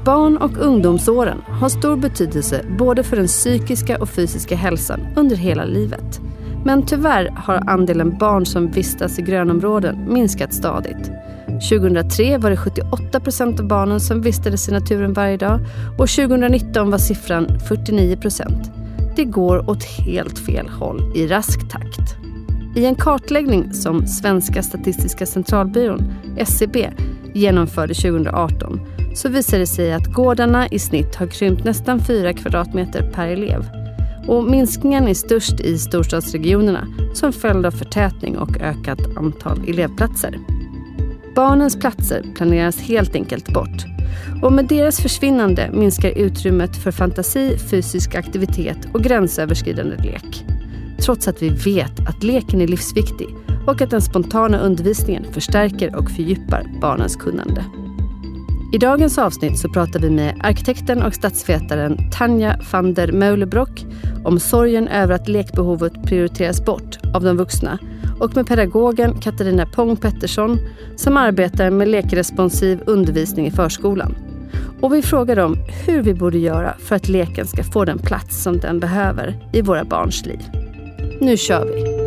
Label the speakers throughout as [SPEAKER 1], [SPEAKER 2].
[SPEAKER 1] Barn- och ungdomsåren har stor betydelse både för den psykiska och fysiska hälsan under hela livet. Men tyvärr har andelen barn som vistas i grönområden minskat stadigt. 2003 var det 78% av barnen som vistades i naturen varje dag och 2019 var siffran 49%. Det går åt helt fel håll i rask takt. I en kartläggning som Svenska Statistiska Centralbyrån, SCB, genomförde 2018 så visade det sig att gårdarna i snitt har krympt nästan 4 kvadratmeter per elev. Och minskningen är störst i storstadsregionerna som följd av förtätning och ökat antal elevplatser. Barnens platser planeras helt enkelt bort. Och med deras försvinnande minskar utrymmet för fantasi, fysisk aktivitet och gränsöverskridande lek. Trots att vi vet att leken är livsviktig och att den spontana undervisningen förstärker och fördjupar barnens kunnande. I dagens avsnitt så pratar vi med arkitekten och stadsvetaren Tanja van der Meulenbrock om sorgen över att lekbehovet prioriteras bort av de vuxna och med pedagogen Katarina Pong Pettersson som arbetar med lekresponsiv undervisning i förskolan. Och vi frågar dem hur vi borde göra för att leken ska få den plats som den behöver i våra barns liv. Nu kör vi!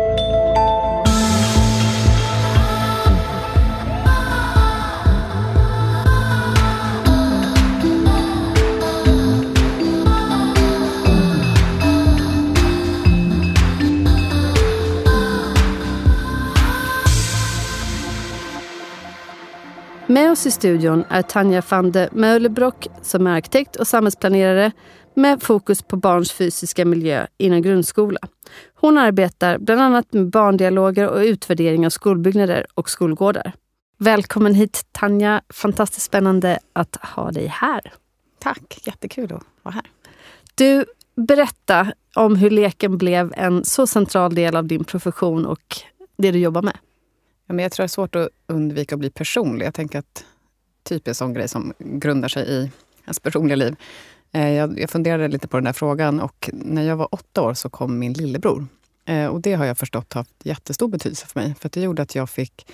[SPEAKER 1] Med oss i studion är Tanja van der Meulenbrock som är arkitekt och samhällsplanerare med fokus på barns fysiska miljö inom grundskola. Hon arbetar bland annat med barndialoger och utvärdering av skolbyggnader och skolgårdar. Välkommen hit Tanja, fantastiskt spännande att ha dig här.
[SPEAKER 2] Tack, jättekul att vara här.
[SPEAKER 1] Du, berätta om hur leken blev en så central del av din profession och det du jobbar med.
[SPEAKER 2] Ja, men jag tror det är svårt att undvika att bli personlig. Jag tänker att typ är en sån grej som grundar sig i ens personliga liv. Jag funderade lite på den där frågan och när jag var 8 år så kom min lillebror. Och det har jag förstått haft jättestor betydelse för mig. För att det gjorde att jag fick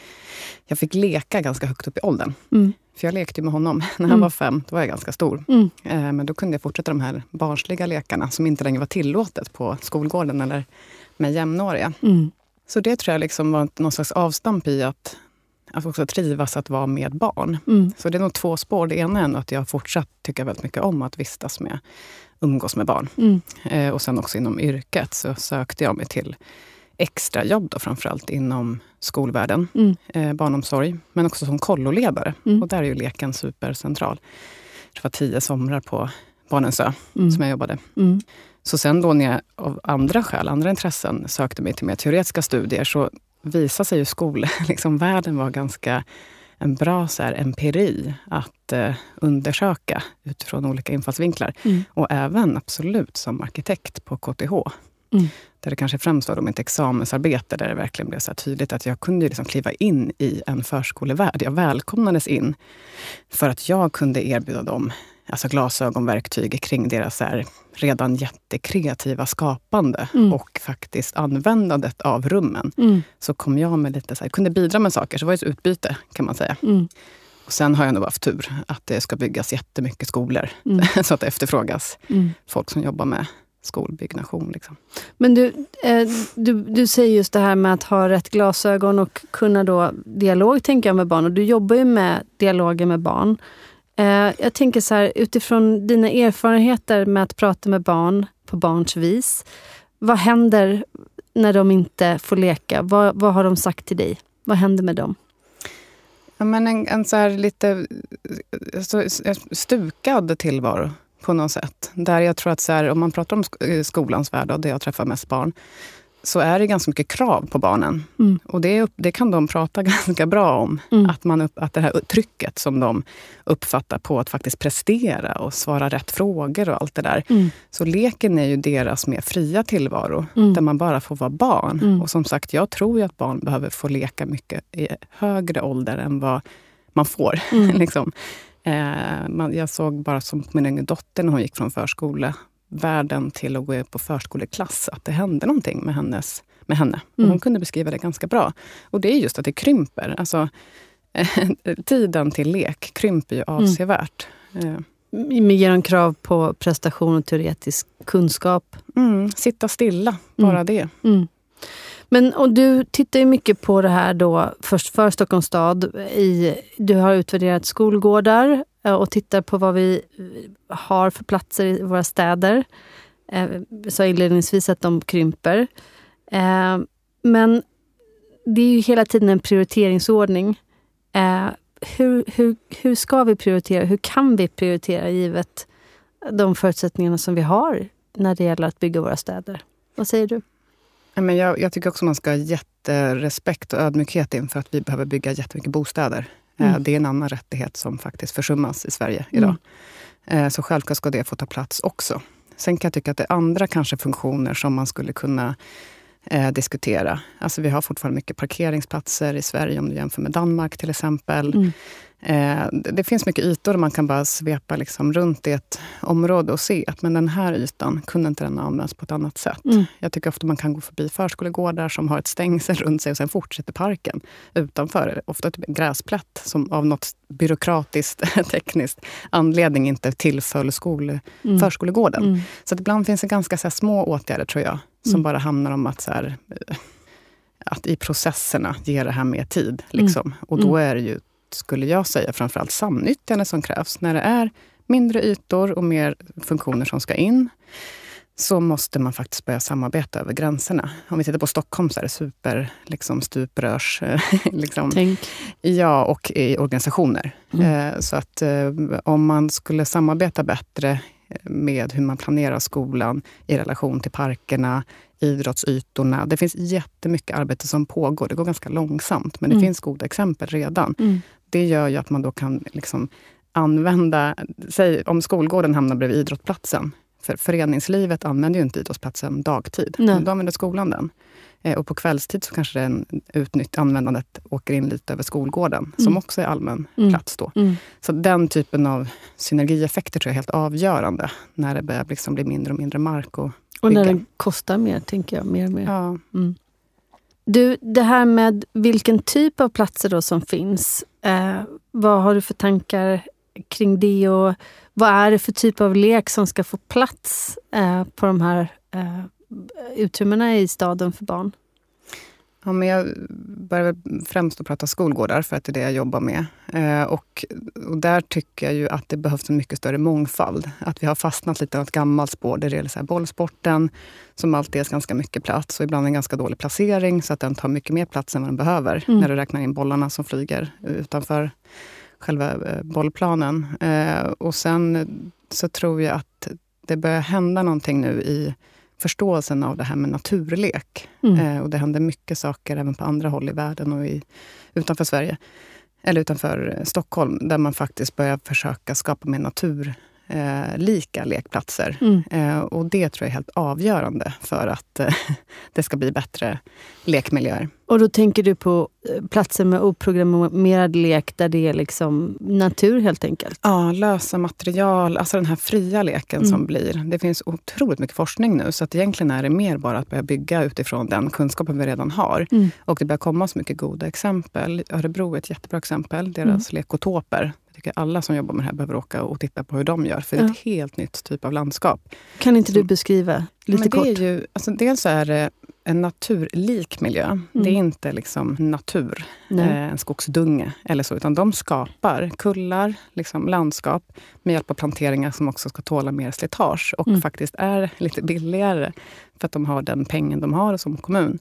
[SPEAKER 2] leka ganska högt upp i åldern. Mm. För jag lekte med honom. När han var 5, då var jag ganska stor. Mm. Men då kunde jag fortsätta de här barnsliga lekarna som inte längre var tillåtet på skolgården eller med jämnåriga. Mm. Så det tror jag liksom var någon slags avstamp i att också trivas att vara med barn. Mm. Så det är nog 2 spår. Det ena är att jag fortsatt tycker väldigt mycket om att vistas med, umgås med barn. Mm. Och sen också inom yrket så sökte jag mig till extra jobb då, framförallt inom skolvärlden, barnomsorg, men också som kolloledare. Mm. Och där är ju leken supercentral. Det var 10 somrar på Barnens ö som jag jobbade. Mm. Så sen då när jag av andra skäl, andra intressen sökte mig till mer teoretiska studier så visade sig ju världen var ganska en bra så här, empiri att undersöka utifrån olika infallsvinklar. Mm. Och även absolut som arkitekt på KTH. Mm. Där det kanske främst var då mitt examensarbete där det verkligen blev så här tydligt att jag kunde liksom kliva in i en förskolevärld. Jag välkomnades in för att jag kunde erbjuda dem alltså glasögonverktyg kring deras här redan jättekreativa skapande och faktiskt användandet av rummen. Mm. Så kom jag med lite så här, kunde bidra med saker, så var det ett utbyte kan man säga. Mm. Och sen har jag nog haft tur att det ska byggas jättemycket skolor så att det efterfrågas folk som jobbar med skolbyggnation. Liksom. Men
[SPEAKER 1] du säger just det här med att ha rätt glasögon och kunna då dialog tänker jag med barn och du jobbar ju med dialoger med barn. Jag tänker så här, utifrån dina erfarenheter med att prata med barn på barns vis. Vad händer när de inte får leka? Vad har de sagt till dig? Vad händer med dem?
[SPEAKER 2] Ja, men en så här lite stukad tillvaro på något sätt. Där jag tror att så här, om man pratar om skolans värld och där jag träffar mest barn så är det ganska mycket krav på barnen. Mm. Och det kan de prata ganska bra om. Mm. Att det här trycket som de uppfattar på att faktiskt prestera och svara rätt frågor och allt det där. Mm. Så leken är ju deras mer fria tillvaro. Där man bara får vara barn. Mm. Och som sagt, jag tror ju att barn behöver få leka mycket i högre ålder än vad man får. Liksom. Jag såg bara som min egen dotter när hon gick från förskolevärlden till att gå på förskoleklass att det hände någonting med henne. Och hon kunde beskriva det ganska bra. Och det är just att det krymper. Alltså, tiden till lek krymper ju avsevärt.
[SPEAKER 1] Ger de krav på prestation och teoretisk kunskap?
[SPEAKER 2] Sitta stilla, bara det.
[SPEAKER 1] Men och du tittar ju mycket på det här då först för Stockholms stad. Du har utvärderat skolgårdar och tittar på vad vi har för platser i våra städer. Jag sa inledningsvis att de krymper. Men det är ju hela tiden en prioriteringsordning. Hur ska vi prioritera? Hur kan vi prioritera givet de förutsättningarna som vi har när det gäller att bygga våra städer? Vad säger du?
[SPEAKER 2] Men jag tycker också man ska ha jätterespekt och ödmjukhet inför att vi behöver bygga jättemycket bostäder. Det är en annan rättighet som faktiskt försummas i Sverige idag. Så självklart ska det få ta plats också. Sen kan jag tycka att det är andra kanske funktioner som man skulle kunna diskutera. Alltså vi har fortfarande mycket parkeringsplatser i Sverige om du jämför med Danmark till exempel. Det finns mycket ytor och man kan bara svepa liksom runt i ett område och se att men den här ytan kunde inte den användas på ett annat sätt. Jag tycker ofta man kan gå förbi förskolegårdar som har ett stängsel runt sig och sen fortsätter parken utanför. Ofta typ en gräsplätt som av något byråkratiskt, tekniskt anledning inte tillföll förskolegården. Så att ibland finns det ganska så här, små åtgärder tror jag som bara handlar om att så här, att i processerna ge det här mer tid. Liksom. Och då är det ju, skulle jag säga, framförallt samnyttjande som krävs. När det är mindre ytor och mer funktioner som ska in så måste man faktiskt börja samarbeta över gränserna. Om vi tittar på Stockholm så är det super liksom, stuprörs... liksom,
[SPEAKER 1] Tänk.
[SPEAKER 2] Ja, och i organisationer. Så att om man skulle samarbeta bättre med hur man planerar skolan i relation till parkerna, idrottsytorna. Det finns jättemycket arbete som pågår. Det går ganska långsamt, men det finns goda exempel redan. Det gör ju att man då kan liksom använda, säg om skolgården hamnar bredvid idrottsplatsen. För föreningslivet använder ju inte idrottsplatsen dagtid. Men då använder skolan den. Och på kvällstid så kanske användandet åker in lite över skolgården. Som också är allmän plats då. Så den typen av synergieffekter tror jag är helt avgörande. När det börjar liksom bli mindre och mindre mark och
[SPEAKER 1] när den kostar mer, tänker jag. Mer och mer.
[SPEAKER 2] Ja.
[SPEAKER 1] Du, det här med vilken typ av platser då som finns. Vad har du för tankar kring det? Och vad är det för typ av lek som ska få plats på de här utrymmena i staden för barn?
[SPEAKER 2] Ja, men jag börjar främst att prata skolgårdar för att det är det jag jobbar med. Och där tycker jag ju att det behövs en mycket större mångfald. Att vi har fastnat lite av ett gammalt spår. Det gäller så här bollsporten som alltid är ganska mycket plats och ibland en ganska dålig placering så att den tar mycket mer plats än vad den behöver när du räknar in bollarna som flyger utanför själva bollplanen. Och sen så tror jag att det börjar hända någonting nu i förståelsen av det här med naturlek. Och det händer mycket saker även på andra håll i världen och utanför Sverige. Eller utanför Stockholm. Där man faktiskt börjar försöka skapa mer naturlika lekplatser. Och det tror jag är helt avgörande för att det ska bli bättre lekmiljöer. Och
[SPEAKER 1] då tänker du på platser med oprogrammerad lek där det är liksom natur helt enkelt?
[SPEAKER 2] Ja, lösa material, alltså den här fria leken som blir. Det finns otroligt mycket forskning nu så att egentligen är det mer bara att börja bygga utifrån den kunskapen vi redan har. Och det börjar komma så mycket goda exempel. Örebro är ett jättebra exempel, deras lekotoper. Jag tycker alla som jobbar med det här behöver åka och titta på hur de gör. För det är ett helt nytt typ av landskap.
[SPEAKER 1] Kan inte du beskriva lite kort?
[SPEAKER 2] Det är ju, alltså dels är det en naturlik miljö. Det är inte liksom natur, en skogsdunge eller så. Utan de skapar kullar, liksom landskap med hjälp av planteringar som också ska tåla mer slitage. Och faktiskt är lite billigare för att de har den pengen de har som kommun.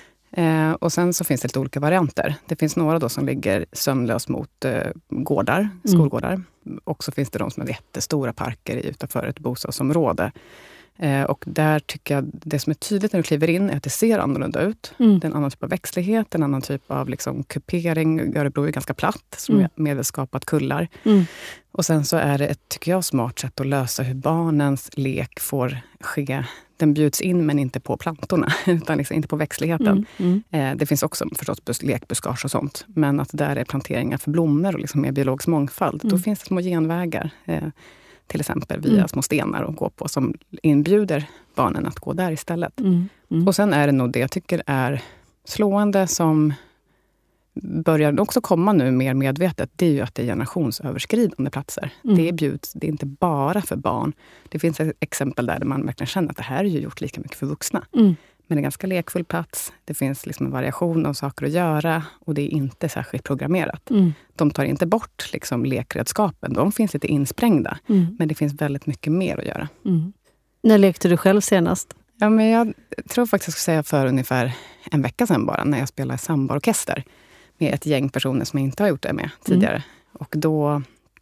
[SPEAKER 2] Och sen så finns det lite olika varianter. Det finns några då som ligger sömnlöst mot gårdar, skolgårdar. Och så finns det de som är jättestora parker utanför ett bostadsområde. Och där tycker jag det som är tydligt när du kliver in är att det ser annorlunda ut. Det är en annan typ av växtlighet, en annan typ av liksom kupering. Örebro är ganska platt, som är medelsskapat kullar. Och sen så är det ett, tycker jag, smart sätt att lösa hur barnens lek får ske. Den bjuds in men inte på plantorna, utan liksom inte på växtligheten. Det finns också förstås lekbuskage och sånt. Men att där är planteringar för blommor och liksom mer biologisk mångfald. Då finns det små genvägar. Till exempel via små stenar att gå på som inbjuder barnen att gå där istället. Och sen är det nog det jag tycker är slående som börjar också komma nu mer medvetet, det är ju att det är generationsöverskridande platser. Det är inte bara för barn. Det finns exempel där man verkligen känner att det här är ju gjort lika mycket för vuxna. Men det är en ganska lekfull plats. Det finns liksom en variation av saker att göra och det är inte särskilt programmerat. De tar inte bort liksom lekredskapen. De finns lite insprängda. Men det finns väldigt mycket mer att göra.
[SPEAKER 1] När lekte du själv senast?
[SPEAKER 2] Ja, men jag tror faktiskt jag ska säga för ungefär en vecka sedan bara, när jag spelade sambaorkester med ett gäng personer som jag inte har gjort det med tidigare. Och då,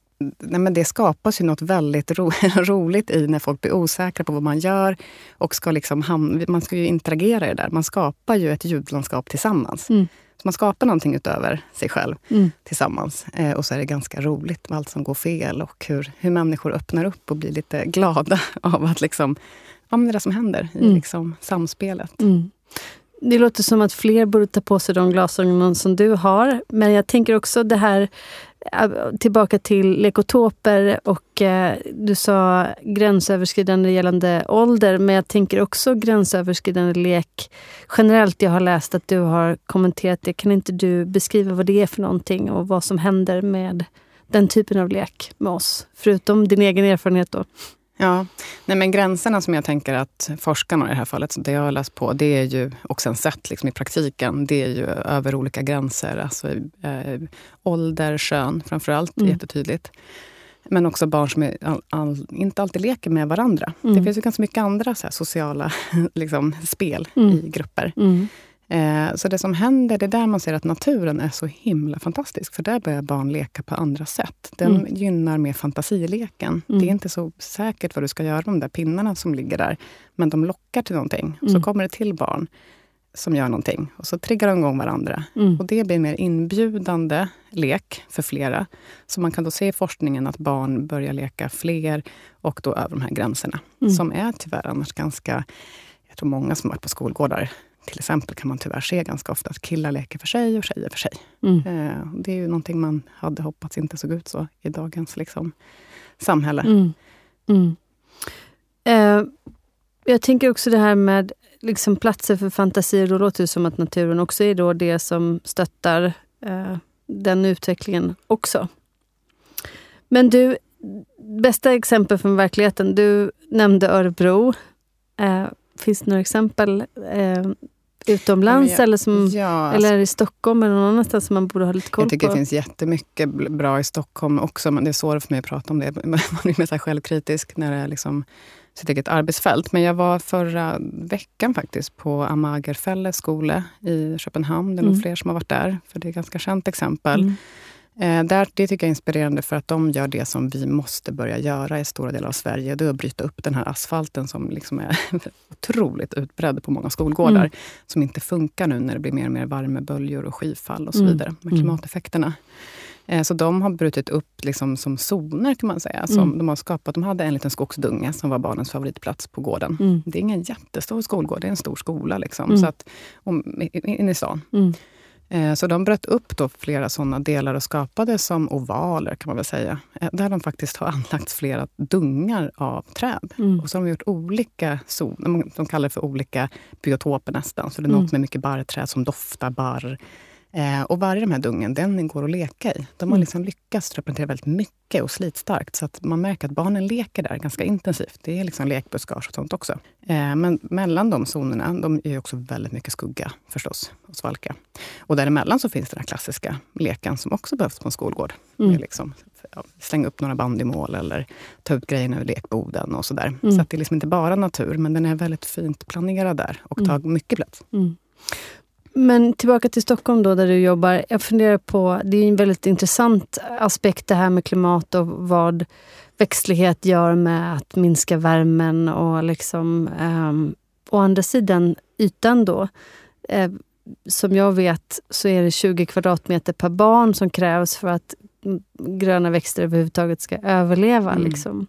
[SPEAKER 2] det skapas ju något väldigt roligt i när folk blir osäkra på vad man gör och ska liksom man ska ju interagera i det där. Man skapar ju ett ljudlandskap tillsammans. Så man skapar någonting utöver sig själv tillsammans. Och så är det ganska roligt med allt som går fel och hur människor öppnar upp och blir lite glada av att liksom, det är det som händer i liksom samspelet.
[SPEAKER 1] Det låter som att fler borde ta på sig de glasögonen som du har. Men jag tänker också det här, tillbaka till lekotoper och du sa gränsöverskridande gällande ålder. Men jag tänker också gränsöverskridande lek generellt. Jag har läst att du har kommenterat det. Kan inte du beskriva vad det är för någonting och vad som händer med den typen av lek med oss? Förutom din egen erfarenhet då.
[SPEAKER 2] Ja, men gränserna som jag tänker att forskarna i det här fallet, det jag har läst på, det är ju, och sen sett liksom i praktiken, det är ju över olika gränser. Alltså ålder, kön framförallt, jättetydligt. Men också barn som inte alltid leker med varandra. Det finns ju ganska mycket andra så här, sociala liksom, spel i grupper. Så det som händer, det är där man ser att naturen är så himla fantastisk. För där börjar barn leka på andra sätt. Den gynnar med fantasileken. Det är inte så säkert vad du ska göra med de där pinnarna som ligger där. Men de lockar till någonting. Så kommer det till barn som gör någonting. Och så triggar de igång varandra. Och det blir en mer inbjudande lek för flera. Så man kan då se i forskningen att barn börjar leka fler och då över de här gränserna. Som är tyvärr annars ganska, jag tror många som har varit på skolgårdar. Till exempel kan man tyvärr se ganska ofta att killar leker för sig och tjejer för sig. Det är ju någonting man hade hoppats inte såg ut så i dagens liksom, samhälle.
[SPEAKER 1] Jag tänker också det här med liksom, platser för fantasier. Då låter det som att naturen också är då det som stöttar den utvecklingen också. Men du, bästa exempel från verkligheten. Du nämnde Örebro. Finns det några exempel utomlands eller i Stockholm eller någon annanstans som man borde ha lite koll på?
[SPEAKER 2] Jag tycker det finns jättemycket bra i Stockholm också, men det är svårt för mig att prata om det. Man är mer så självkritisk när det är liksom sitt eget arbetsfält. Men jag var förra veckan faktiskt på Amagerfälles skola i Köpenhamn. Det är nog fler som har varit där, för det är ett ganska känt exempel. Det tycker jag är inspirerande för att de gör det som vi måste börja göra i stora delar av Sverige. Det är att bryta upp den här asfalten som liksom är otroligt utbredd på många skolgårdar. Som inte funkar nu när det blir mer och mer värmeböljor och skyfall och så vidare med klimateffekterna. Så de har brutit upp liksom som zoner kan man säga. Som de har skapat. De hade en liten skogsdunge som var barnens favoritplats på gården. Det är ingen jättestor skolgård, det är en stor skola liksom. Så att, in i stan. Så de bröt upp då flera sådana delar och skapade som ovaler kan man väl säga. Där de faktiskt har anlagt flera dungar av träd. Och så har de gjort olika zoner, de kallar det för olika biotoper nästan. Så det är något med mycket barrträd som doftar barr. Och varje de här dungen, den går att leka i. De har liksom lyckats representera väldigt mycket och slitstarkt. Så att man märker att barnen leker där ganska intensivt. Det är liksom lekbuskage och sånt också. Men mellan de zonerna, de är också väldigt mycket skugga förstås och svalka. Och däremellan så finns den här klassiska leken som också behövs på en skolgård. Med liksom, slänga upp några band i mål eller ta ut grejerna ur lekboden och sådär. Så att det är liksom inte bara natur, men den är väldigt fint planerad där och tar mycket plats.
[SPEAKER 1] Men tillbaka till Stockholm då där du jobbar. Jag funderar på, det är en väldigt intressant aspekt det här med klimat och vad växtlighet gör med att minska värmen och liksom å andra sidan ytan då. Som jag vet så är det 20 kvadratmeter per barn som krävs för att gröna växter överhuvudtaget ska överleva liksom.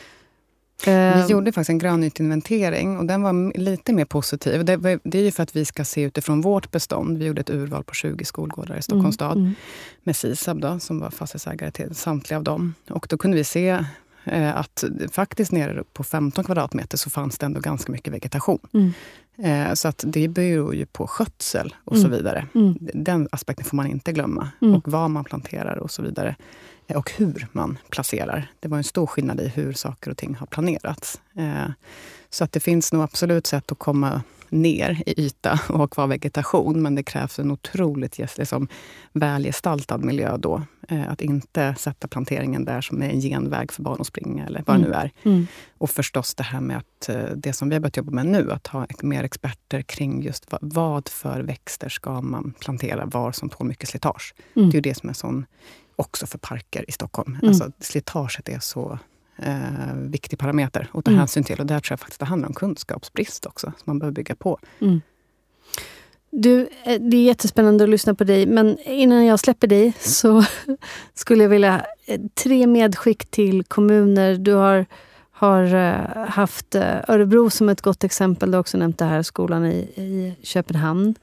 [SPEAKER 2] Vi gjorde faktiskt en grönytinventering och den var lite mer positiv. Det är ju för att vi ska se utifrån vårt bestånd. Vi gjorde ett urval på 20 skolgårdar i Stockholms stad med SISAB då, som var fastighetsägare till samtliga av dem. Och då kunde vi se att faktiskt nere på 15 kvadratmeter så fanns det ändå ganska mycket vegetation. Så att det beror ju på skötsel och så vidare. Den aspekten får man inte glömma. Och vad man planterar och så vidare. Och hur man placerar. Det var en stor skillnad i hur saker och ting har planerats. Så att det finns nog absolut sätt att komma ner i yta och ha kvar vegetation. Men det krävs en otroligt liksom, välgestaltad miljö då. Att inte sätta planteringen där som är en genväg för barn att springa eller vad det nu är. Och förstås det här med att det som vi har börjat jobba med nu, att ha mer experter kring just vad för växter ska man plantera, var som tål mycket slitage. Det är ju det som är sån också för parker i Stockholm. Alltså slitaget är så viktig parameter att ta hänsyn till. Och där tror jag faktiskt det handlar om kunskapsbrist också. Som man behöver bygga på.
[SPEAKER 1] Du, det är jättespännande att lyssna på dig. Men innan jag släpper dig så skulle jag vilja 3 medskick till kommuner. Du har haft Örebro som ett gott exempel. Du har också nämnt det här skolan i Köpenhamn.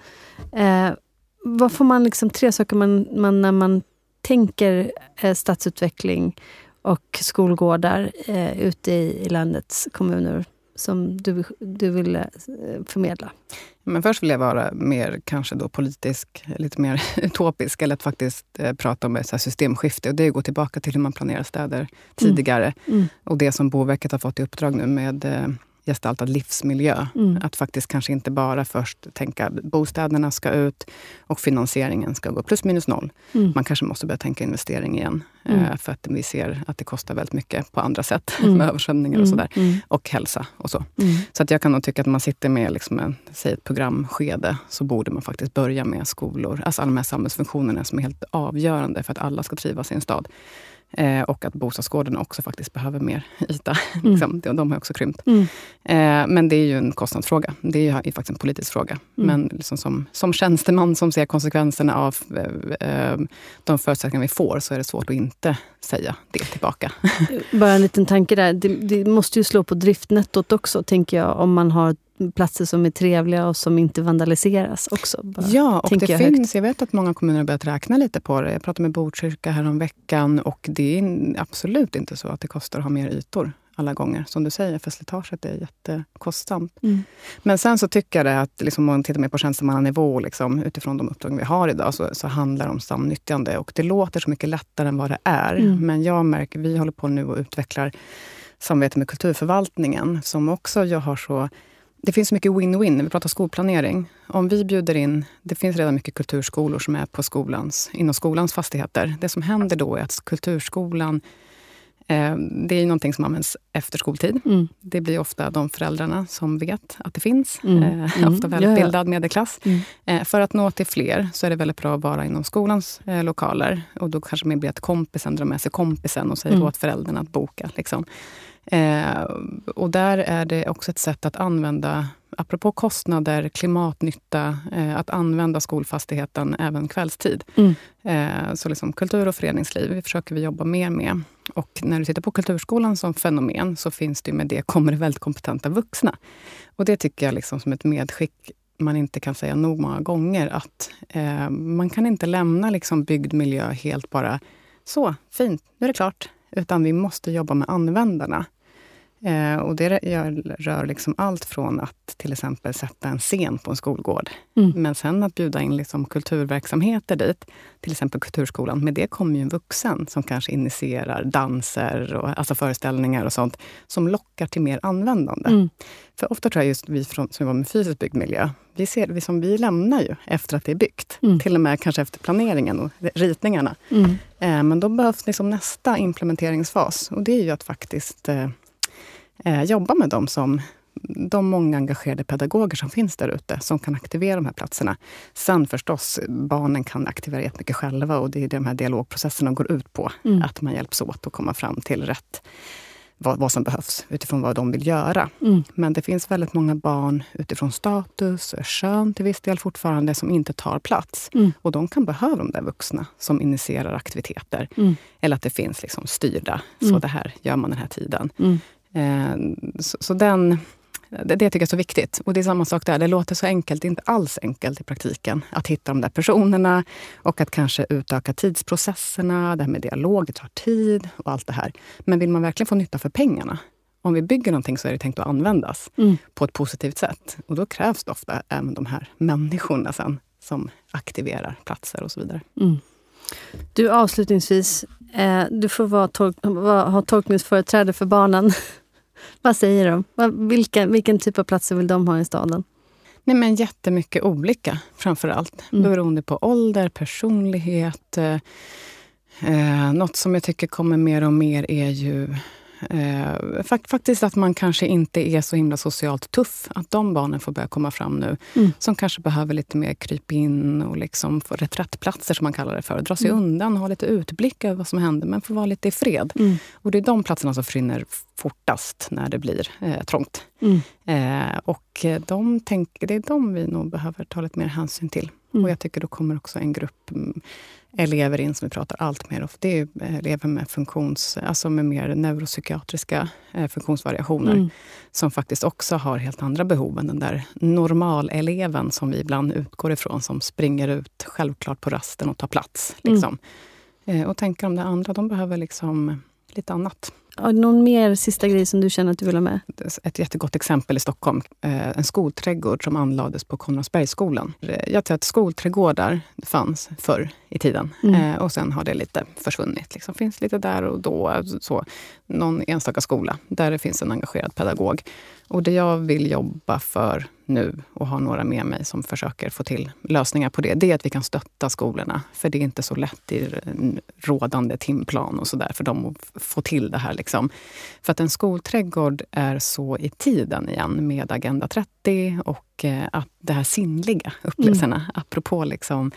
[SPEAKER 1] Vad får man liksom 3 saker man när man tänker stadsutveckling och skolgårdar ute i landets kommuner som du vill förmedla?
[SPEAKER 2] Men först vill jag vara mer kanske då politisk, lite mer utopisk, eller att faktiskt prata om ett så här systemskifte. Och det är att gå tillbaka till hur man planerar städer tidigare. Och det som Boverket har fått i uppdrag nu med gestaltad livsmiljö. Att faktiskt kanske inte bara först tänka bostäderna ska ut och finansieringen ska gå plus minus noll. Man kanske måste börja tänka investering igen. För att vi ser att det kostar väldigt mycket på andra sätt med översvämningar och sådär. Och hälsa och så. Så att jag kan nog tycka att man sitter med liksom ett programskede, så borde man faktiskt börja med skolor. Alltså alla de här samhällsfunktionerna som är helt avgörande för att alla ska trivas i en stad. Och att bostadsgårdarna också faktiskt behöver mer yta. Liksom. De har också krympt. Men det är ju en kostnadsfråga. Det är ju faktiskt en politisk fråga. Men liksom som tjänsteman som ser konsekvenserna av de förutsättningar vi får, så är det svårt att inte säga det tillbaka.
[SPEAKER 1] Bara en liten tanke där. Det måste ju slå på driftnettot också, tänker jag, om man har platser som är trevliga och som inte vandaliseras också.
[SPEAKER 2] Ja, och det finns. Jag vet att många kommuner har börjat räkna lite på det. Jag pratade med Botkyrka här om veckan, och det är absolut inte så att det kostar att ha mer ytor alla gånger. Som du säger, för slitaget är jättekostsamt. Men sen så tycker jag att liksom, om man tittar mer på tjänstemannanivå liksom, utifrån de uppdrag vi har idag, så handlar det om samnyttjande. Och det låter så mycket lättare än vad det är. Men jag märker, vi håller på nu och utvecklar samarbete med kulturförvaltningen, som också jag har så... Det finns mycket win-win när vi pratar skolplanering. Om vi bjuder in, det finns redan mycket kulturskolor som är på inom skolans fastigheter. Det som händer då är att kulturskolan, det är någonting som används efter skoltid. Det blir ofta de föräldrarna som vet att det finns. Ofta välutbildad medelklass. För att nå till fler så är det väldigt bra att vara inom skolans lokaler. Och då kanske man blir att kompisen drar med sig kompisen och säger åt föräldrarna att boka. Liksom. Och där är det också ett sätt att använda, apropå kostnader, klimatnytta, att använda skolfastigheten även kvällstid. Så liksom kultur- och föreningsliv försöker vi jobba mer med. Och när du tittar på kulturskolan som fenomen, så finns det med det kommer det väldigt kompetenta vuxna. Och det tycker jag liksom som ett medskick man inte kan säga nog många gånger, att man kan inte lämna liksom byggd miljö helt bara så, fint, nu är det klart. Utan vi måste jobba med användarna. Och det rör liksom allt från att till exempel sätta en scen på en skolgård. Men sen att bjuda in liksom kulturverksamheter dit. Till exempel kulturskolan. Med det kommer ju en vuxen som kanske initierar danser och alltså föreställningar och sånt. Som lockar till mer användande. För ofta tror jag just vi som var med fysiskt byggd miljö. Vi lämnar ju efter att det är byggt. Till och med kanske efter planeringen och ritningarna. Men då behövs liksom nästa implementeringsfas. Och det är ju att faktiskt jobba med de många engagerade pedagoger som finns där ute. Som kan aktivera de här platserna. Sen förstås, barnen kan aktivera jättemycket själva. Och det är de här dialogprocesserna går ut på. Att man hjälps åt att komma fram till rätt. Vad som behövs utifrån vad de vill göra. Men det finns väldigt många barn utifrån status och kön till viss del fortfarande som inte tar plats. Och de kan behöva de där vuxna som initierar aktiviteter. Eller att det finns liksom styrda. Så det här gör man den här tiden. Så det tycker jag är så viktigt. Och det är samma sak där. Det låter så enkelt, det är inte alls enkelt i praktiken att hitta de där personerna och att kanske utöka tidsprocesserna. Det här med dialog, det tar tid och allt det här. Men vill man verkligen få nytta för pengarna? Om vi bygger någonting så är det tänkt att användas på ett positivt sätt. Och då krävs det ofta även de här människorna sen som aktiverar platser och så vidare.
[SPEAKER 1] Du, avslutningsvis, du får ha tolkningsföreträde för barnen. Vad säger de? Vilken typ av platser vill de ha i staden?
[SPEAKER 2] Nej, men jättemycket olika framför allt. Beroende på ålder, personlighet. Något som jag tycker kommer mer och mer är ju faktiskt att man kanske inte är så himla socialt tuff. Att de barnen får börja komma fram nu. Som kanske behöver lite mer kryp in och liksom få reträttplatser som man kallar det för. Dra sig undan, ha lite utblick över vad som händer men få vara lite i fred. Och det är de platserna som försvinner fortast när det blir trångt. Och det är de vi nog behöver ta lite mer hänsyn till. Och jag tycker då kommer också en grupp elever in som vi pratar allt mer om. Det är elever med alltså med mer neuropsykiatriska funktionsvariationer som faktiskt också har helt andra behov än den där normaleleven som vi ibland utgår ifrån som springer ut självklart på rasten och tar plats. Liksom. Och tänker om det andra, de behöver liksom lite annat.
[SPEAKER 1] Har du någon mer sista grej som du känner att du vill ha med?
[SPEAKER 2] Ett jättegott exempel i Stockholm. En skolträdgård som anlades på Konradsbergsskolan. Jag tror att skolträdgårdar fanns förr i tiden. Och sen har det lite försvunnit. Liksom finns lite där och då. Så, någon enstaka skola där det finns en engagerad pedagog. Och det jag vill jobba för nu och ha några med mig som försöker få till lösningar på det är att vi kan stötta skolorna. För det är inte så lätt i rådande timplan och sådär för dem att få till det här. Liksom. För att en skolträdgård är så i tiden igen med Agenda 30 och att det här sinnliga upplevelserna. Apropå liksom,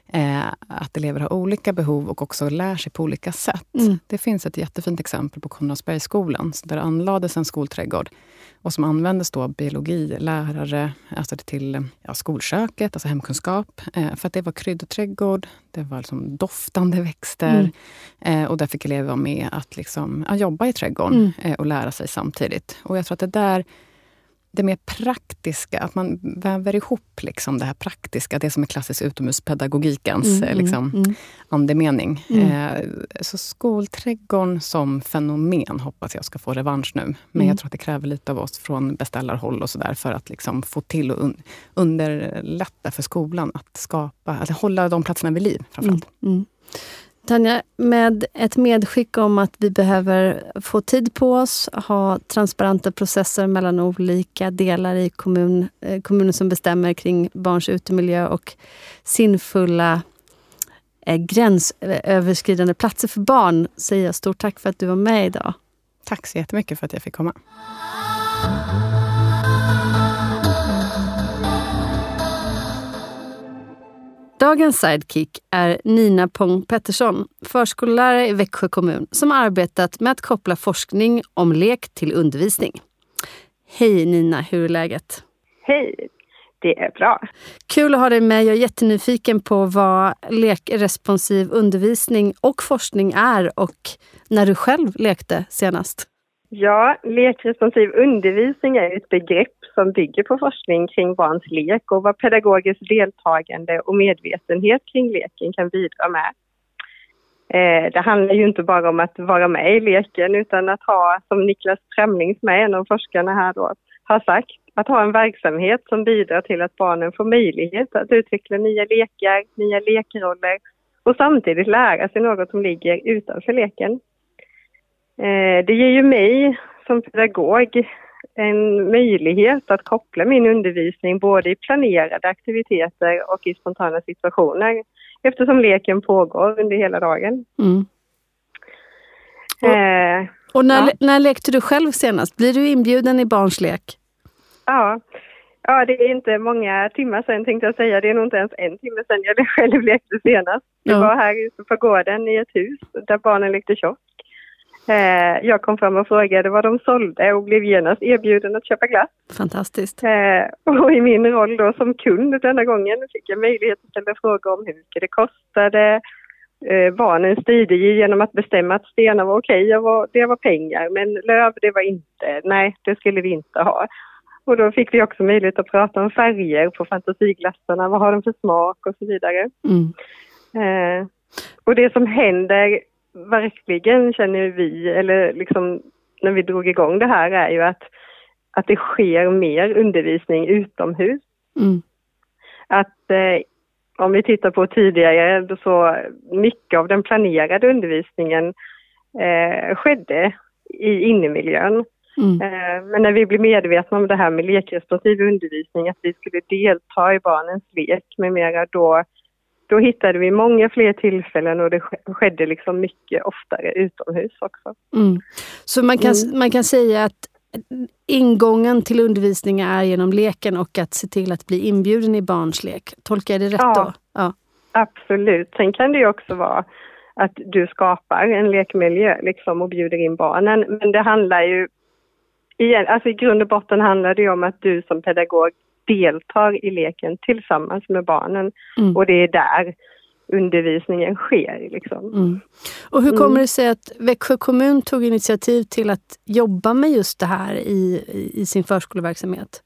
[SPEAKER 2] att elever har olika behov och också lär sig på olika sätt. Det finns ett jättefint exempel på Konradsbergsskolan där anlades en skolträdgård och som användes då av biologilärare, alltså till skolköket, alltså hemkunskap. För att det var kryddträdgård, det var liksom doftande växter och där fick elever vara med att liksom, jobba i trädgården och lära sig samtidigt. Och jag tror att det där, det mer praktiska, att man väver ihop liksom det här praktiska, det som är klassisk utomhuspedagogikens andemening. Så skolträdgården som fenomen hoppas jag ska få revansch nu. Men jag tror att det kräver lite av oss från beställarhåll och sådär för att liksom få till och underlätta för skolan att skapa, att hålla de platserna vid liv framförallt.
[SPEAKER 1] Tanja, med ett medskick om att vi behöver få tid på oss, ha transparenta processer mellan olika delar i kommunen som bestämmer kring barns utemiljö och sinnfulla gränsöverskridande platser för barn, säger jag stort tack för att du var med idag.
[SPEAKER 2] Tack så jättemycket för att jag fick komma.
[SPEAKER 1] Dagens sidekick är Nina Pong Pettersson, förskollärare i Växjö kommun som arbetat med att koppla forskning om lek till undervisning. Hej Nina, hur är läget?
[SPEAKER 3] Hej, det är bra.
[SPEAKER 1] Kul att ha dig med. Jag är jättenyfiken på vad lekresponsiv undervisning och forskning är och när du själv lekte senast.
[SPEAKER 3] Ja, lekresponsiv undervisning är ett begrepp som bygger på forskning kring barns lek och vad pedagogiskt deltagande och medvetenhet kring leken kan bidra med. Det handlar ju inte bara om att vara med i leken utan att ha, som Niklas Trämling som är en av forskarna här då, har sagt, att ha en verksamhet som bidrar till att barnen får möjlighet att utveckla nya lekar, nya lekroller och samtidigt lära sig något som ligger utanför leken. Det ger ju mig som pedagog en möjlighet att koppla min undervisning både i planerade aktiviteter och i spontana situationer eftersom leken pågår under hela dagen.
[SPEAKER 1] Och när lekte du själv senast? Blir du inbjuden i barns lek?
[SPEAKER 3] Ja, det är inte många timmar sedan tänkte jag säga. Det är nog inte ens en timme sedan jag själv lekte senast. Jag var här ute på gården i ett hus där barnen lekte kiosk. Jag kom fram och frågade vad de sålde och blev genast erbjuden att köpa glass.
[SPEAKER 1] Fantastiskt.
[SPEAKER 3] Och i min roll då som kund denna gången fick jag möjlighet att ställa frågor om hur mycket det kostade. Barnen styrde ju genom att bestämma att stenar var okej, det var pengar. Men löv, det var inte. Nej, det skulle vi inte ha. Och då fick vi också möjlighet att prata om färger på fantasiglassarna. Vad har de för smak och så vidare. Och det som händer verkligen känner vi, eller liksom när vi drog igång det här, är ju att det sker mer undervisning utomhus. Att om vi tittar på tidigare, då så mycket av den planerade undervisningen skedde i innemiljön. Men när vi blev medvetna om det här med lekresponsiv undervisning, att vi skulle delta i barnens lek med mera, då hittade vi många fler tillfällen och det skedde liksom mycket oftare utomhus också.
[SPEAKER 1] Så man kan säga att ingången till undervisning är genom leken och att se till att bli inbjuden i barns lek. Tolkar jag det rätt då? Ja,
[SPEAKER 3] absolut. Sen kan det ju också vara att du skapar en lekmiljö liksom, och bjuder in barnen. Men det handlar ju, i grund och botten handlar det ju om att du som pedagog deltar i leken tillsammans med barnen. Och det är där undervisningen sker. Liksom.
[SPEAKER 1] Och hur kommer det sig att Växjö kommun tog initiativ till att jobba med just det här i sin förskoleverksamhet?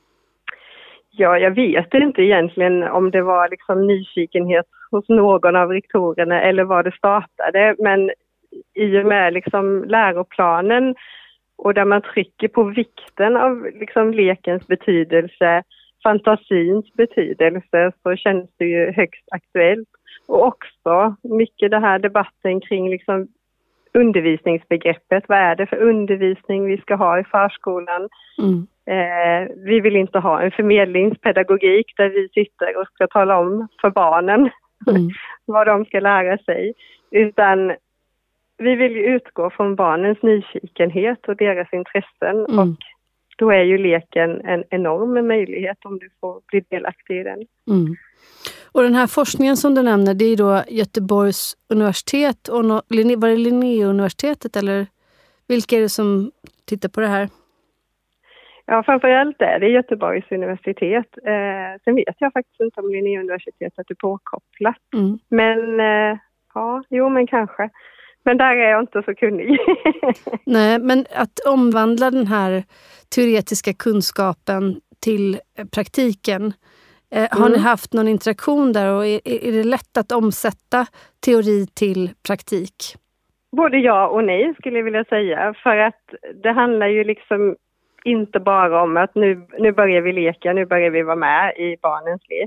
[SPEAKER 3] Ja, jag vet inte egentligen om det var liksom nyfikenhet hos någon av rektorerna eller var det startade. Men i och med liksom läroplanen och där man trycker på vikten av liksom lekens betydelse, fantasins betydelse, så känns det ju högst aktuellt. Och också mycket det här debatten kring liksom undervisningsbegreppet. Vad är det för undervisning vi ska ha i förskolan? Vi vill inte ha en förmedlingspedagogik där vi sitter och ska tala om för barnen vad de ska lära sig. Utan vi vill ju utgå från barnens nyfikenhet och deras intressen. Och då är ju leken en enorm möjlighet om du får bli delaktig i den.
[SPEAKER 1] Och den här forskningen som du nämner, det är då Göteborgs universitet och var det Linnéuniversitetet eller vilka är det som tittar på det här?
[SPEAKER 3] Ja, framförallt är det Göteborgs universitet. Sen vet jag faktiskt inte om Linnéuniversitetet är påkopplat. Men men kanske. Men där är jag inte så kunnig.
[SPEAKER 1] Nej, men att omvandla den här teoretiska kunskapen till praktiken. Har ni haft någon interaktion där och är det lätt att omsätta teori till praktik?
[SPEAKER 3] Både ja och nej skulle jag vilja säga. För att det handlar ju liksom inte bara om att nu börjar vi leka, nu börjar vi vara med i barnens lek.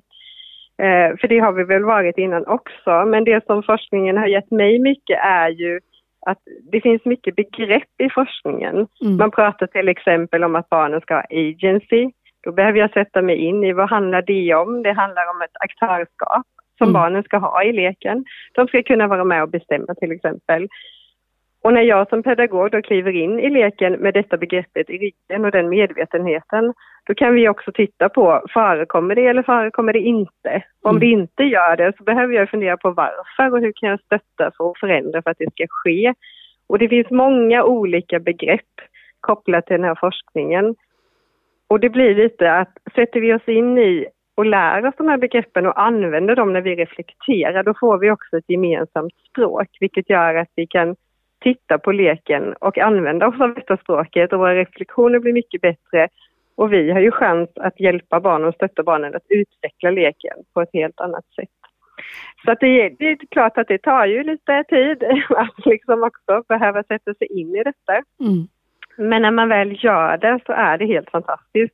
[SPEAKER 3] För det har vi väl varit innan också. Men det som forskningen har gett mig mycket är ju att det finns mycket begrepp i forskningen. Man pratar till exempel om att barnen ska ha agency. Då behöver jag sätta mig in i vad handlar det om. Det handlar om ett aktörskap som barnen ska ha i leken. De ska kunna vara med och bestämma till exempel. Och när jag som pedagog då kliver in i leken med detta begreppet i ryggen och den medvetenheten, då kan vi också titta på, förekommer det eller förekommer det inte? Om det inte gör det så behöver jag fundera på varför och hur kan jag stötta för att förändra för att det ska ske. Och det finns många olika begrepp kopplat till den här forskningen. Och det blir lite att sätter vi oss in i och lär oss de här begreppen och använder dem när vi reflekterar, då får vi också ett gemensamt språk, vilket gör att vi kan titta på leken och använda oss av detta språket och våra reflektioner blir mycket bättre. Och vi har ju chans att hjälpa barnen och stötta barnen att utveckla leken på ett helt annat sätt. Så att det är klart att det tar ju lite tid att liksom också behöva sätta sig in i detta. Men när man väl gör det så är det helt fantastiskt.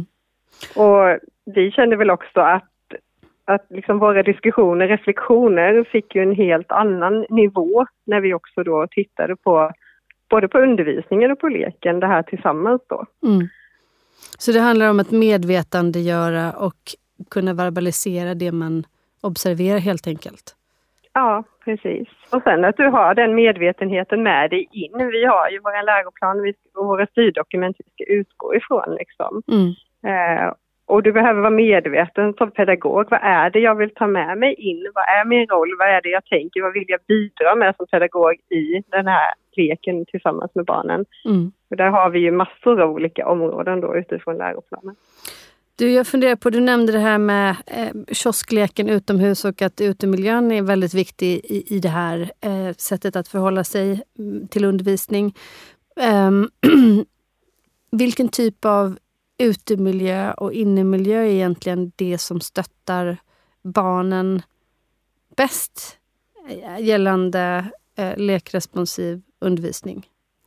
[SPEAKER 3] Och vi kände väl också att liksom våra diskussioner, reflektioner fick ju en helt annan nivå när vi också då tittade på både på undervisningen och på leken, det här tillsammans då.
[SPEAKER 1] Så det handlar om att medvetandegöra och kunna verbalisera det man observerar helt enkelt?
[SPEAKER 3] Ja, precis. Och sen att du har den medvetenheten med dig in. Vi har ju våra läroplan och våra styrdokument vi ska utgå ifrån liksom. Och du behöver vara medveten som pedagog. Vad är det jag vill ta med mig in? Vad är min roll? Vad är det jag tänker? Vad vill jag bidra med som pedagog i den här leken tillsammans med barnen? Och där har vi ju massor av olika områden då utifrån läroplanen.
[SPEAKER 1] Jag funderar på, du nämnde det här med kioskleken utomhus och att utemiljön är väldigt viktig i det här sättet att förhålla sig till undervisning. Vilken typ av utemiljö och innemiljö är egentligen det som stöttar barnen bäst gällande lekresponsiv undervisning?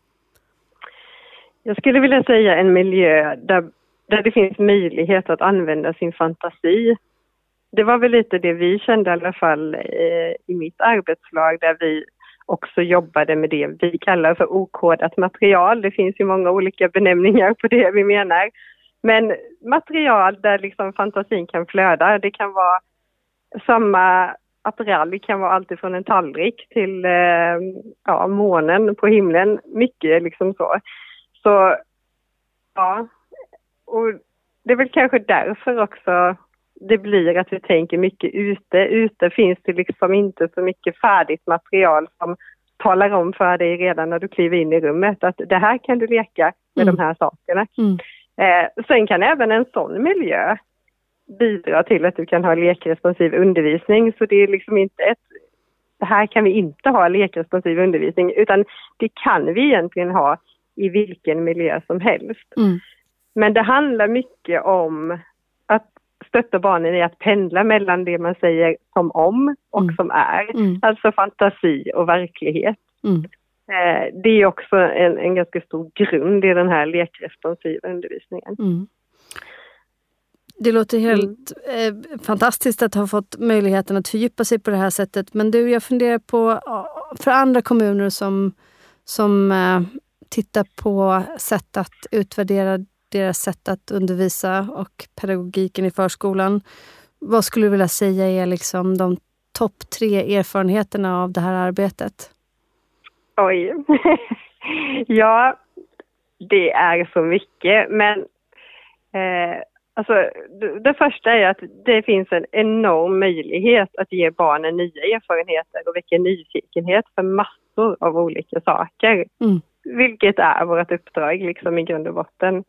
[SPEAKER 3] Jag skulle vilja säga en miljö där det finns möjlighet att använda sin fantasi. Det var väl lite det vi kände i alla fall i mitt arbetslag, där vi också jobbade med det vi kallar för okodat material. Det finns ju många olika benämningar på det vi menar. Men material där liksom fantasin kan flöda. Det kan vara samma attiralj, det kan vara allt från en tallrik till månen på himlen. Mycket liksom så. Så ja, och det är väl kanske därför också det blir att vi tänker mycket ute. Ute finns det liksom inte så mycket färdigt material som talar om för dig redan när du kliver in i rummet att det här kan du leka med de här sakerna. Sen kan även en sån miljö bidra till att du kan ha lekresponsiv undervisning. Så det är liksom inte det här kan vi inte ha lekresponsiv undervisning, utan det kan vi egentligen ha i vilken miljö som helst. Men det handlar mycket om att stötta barnen i att pendla mellan det man säger som om och som är. Alltså fantasi och verklighet. Det är också en ganska stor grund i den här lekresponsiva undervisningen.
[SPEAKER 1] Det låter helt fantastiskt att ha fått möjligheten att fördjupa sig på det här sättet. Men du, jag funderar på för andra kommuner som tittar på sätt att utvärdera deras sätt att undervisa och pedagogiken i förskolan. Vad skulle du vilja säga är liksom de topp 3 erfarenheterna av det här arbetet?
[SPEAKER 3] Oj. Ja, det är så mycket. Men alltså, det första är att det finns en enorm möjlighet att ge barnen nya erfarenheter och väcka nyfikenhet för massor av olika saker. Vilket är vårt uppdrag liksom i grund och botten.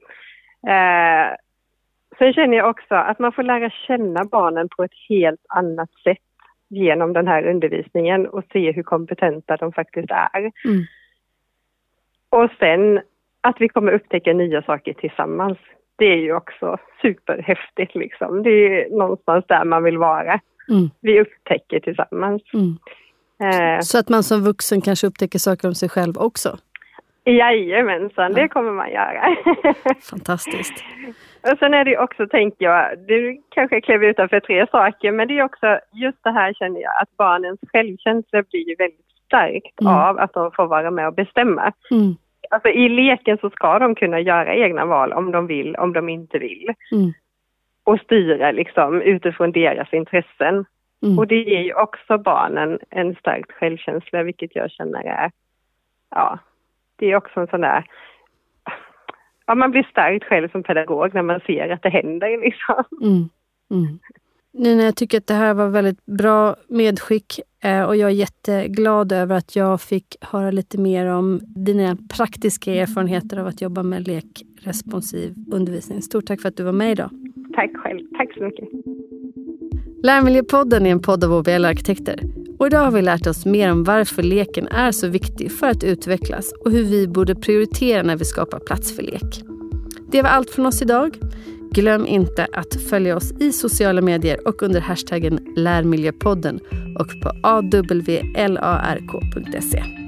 [SPEAKER 3] Sen känner jag också att man får lära känna barnen på ett helt annat sätt genom den här undervisningen och se hur kompetenta de faktiskt är. Och sen att vi kommer upptäcka nya saker tillsammans. Det är ju också superhäftigt liksom. Det är någonstans där man vill vara. Vi upptäcker tillsammans.
[SPEAKER 1] Så att man som vuxen kanske upptäcker saker om sig själv också?
[SPEAKER 3] Jajamensan, det kommer man göra.
[SPEAKER 1] Fantastiskt.
[SPEAKER 3] Och sen är det också, tänker jag, du kanske klev utanför 3 saker, men det är också just det här känner jag, att barnens självkänsla blir väldigt starkt av att de får vara med och bestämma. Alltså i leken så ska de kunna göra egna val om de vill, om de inte vill. Och styra liksom utifrån deras intressen. Och det ger ju också barnen en stark självkänsla, vilket jag känner är, det är också en sån där, man blir starkt själv som pedagog när man ser att det händer liksom.
[SPEAKER 1] Nina, jag tycker att det här var väldigt bra medskick och jag är jätteglad över att jag fick höra lite mer om dina praktiska erfarenheter av att jobba med lekresponsiv undervisning. Stort tack för att du var med idag.
[SPEAKER 3] Tack själv, tack så mycket.
[SPEAKER 1] Lärmiljöpodden är en podd av OBL-arkitekter och idag har vi lärt oss mer om varför leken är så viktig för att utvecklas och hur vi borde prioritera när vi skapar plats för lek. Det var allt från oss idag. Glöm inte att följa oss i sociala medier och under hashtaggen Lärmiljöpodden och på awlark.se.